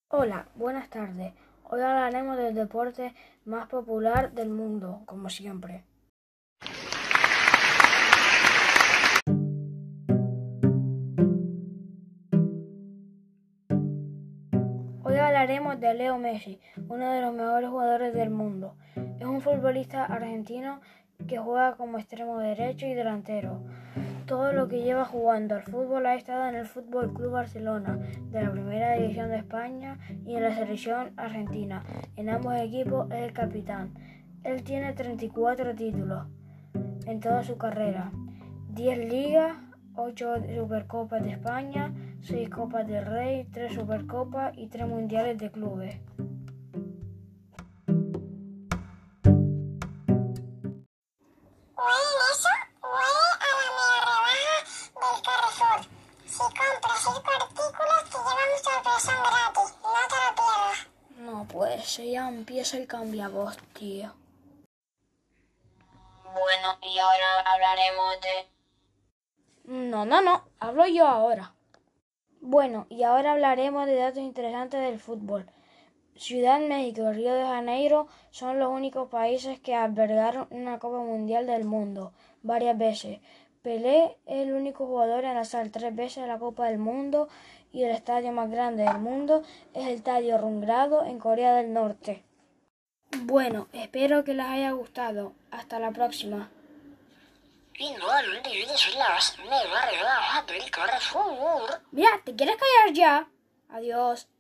Hola, buenas tardes. Hoy hablaremos del deporte más popular del mundo, como siempre. Hoy hablaremos de Leo Messi, uno de los mejores jugadores del mundo. Es un futbolista argentino que juega como extremo derecho y delantero. Todo lo que lleva jugando al fútbol ha estado en el Fútbol Club Barcelona, de la Primera División de España, y en la selección argentina. En ambos equipos es el capitán. Él tiene 34 títulos en toda su carrera: 10 ligas, 8 Supercopas de España, 6 Copas del Rey, 3 Supercopas y 3 Mundiales de Clubes. Huele eso, huele a la mega rebaja del Carrefour. Si compras 6 artículos te llevamos sorpresa gratis, no te lo pierdas. No, pues ya empieza el cambiavoz, tío. Bueno, y ahora hablaremos de... No, hablo yo ahora. Bueno, y ahora hablaremos de datos interesantes del fútbol. Ciudad de México y Río de Janeiro son los únicos países que albergaron una Copa Mundial del Mundo varias veces. Pelé es el único jugador en alzar 3 veces la Copa del Mundo, y el estadio más grande del mundo es el Estadio Rungrado en Corea del Norte. Bueno, espero que les haya gustado. Hasta la próxima. Y no olvides las mega rebajas del Carrefour. Mira, ¿te quieres callar ya? Adiós.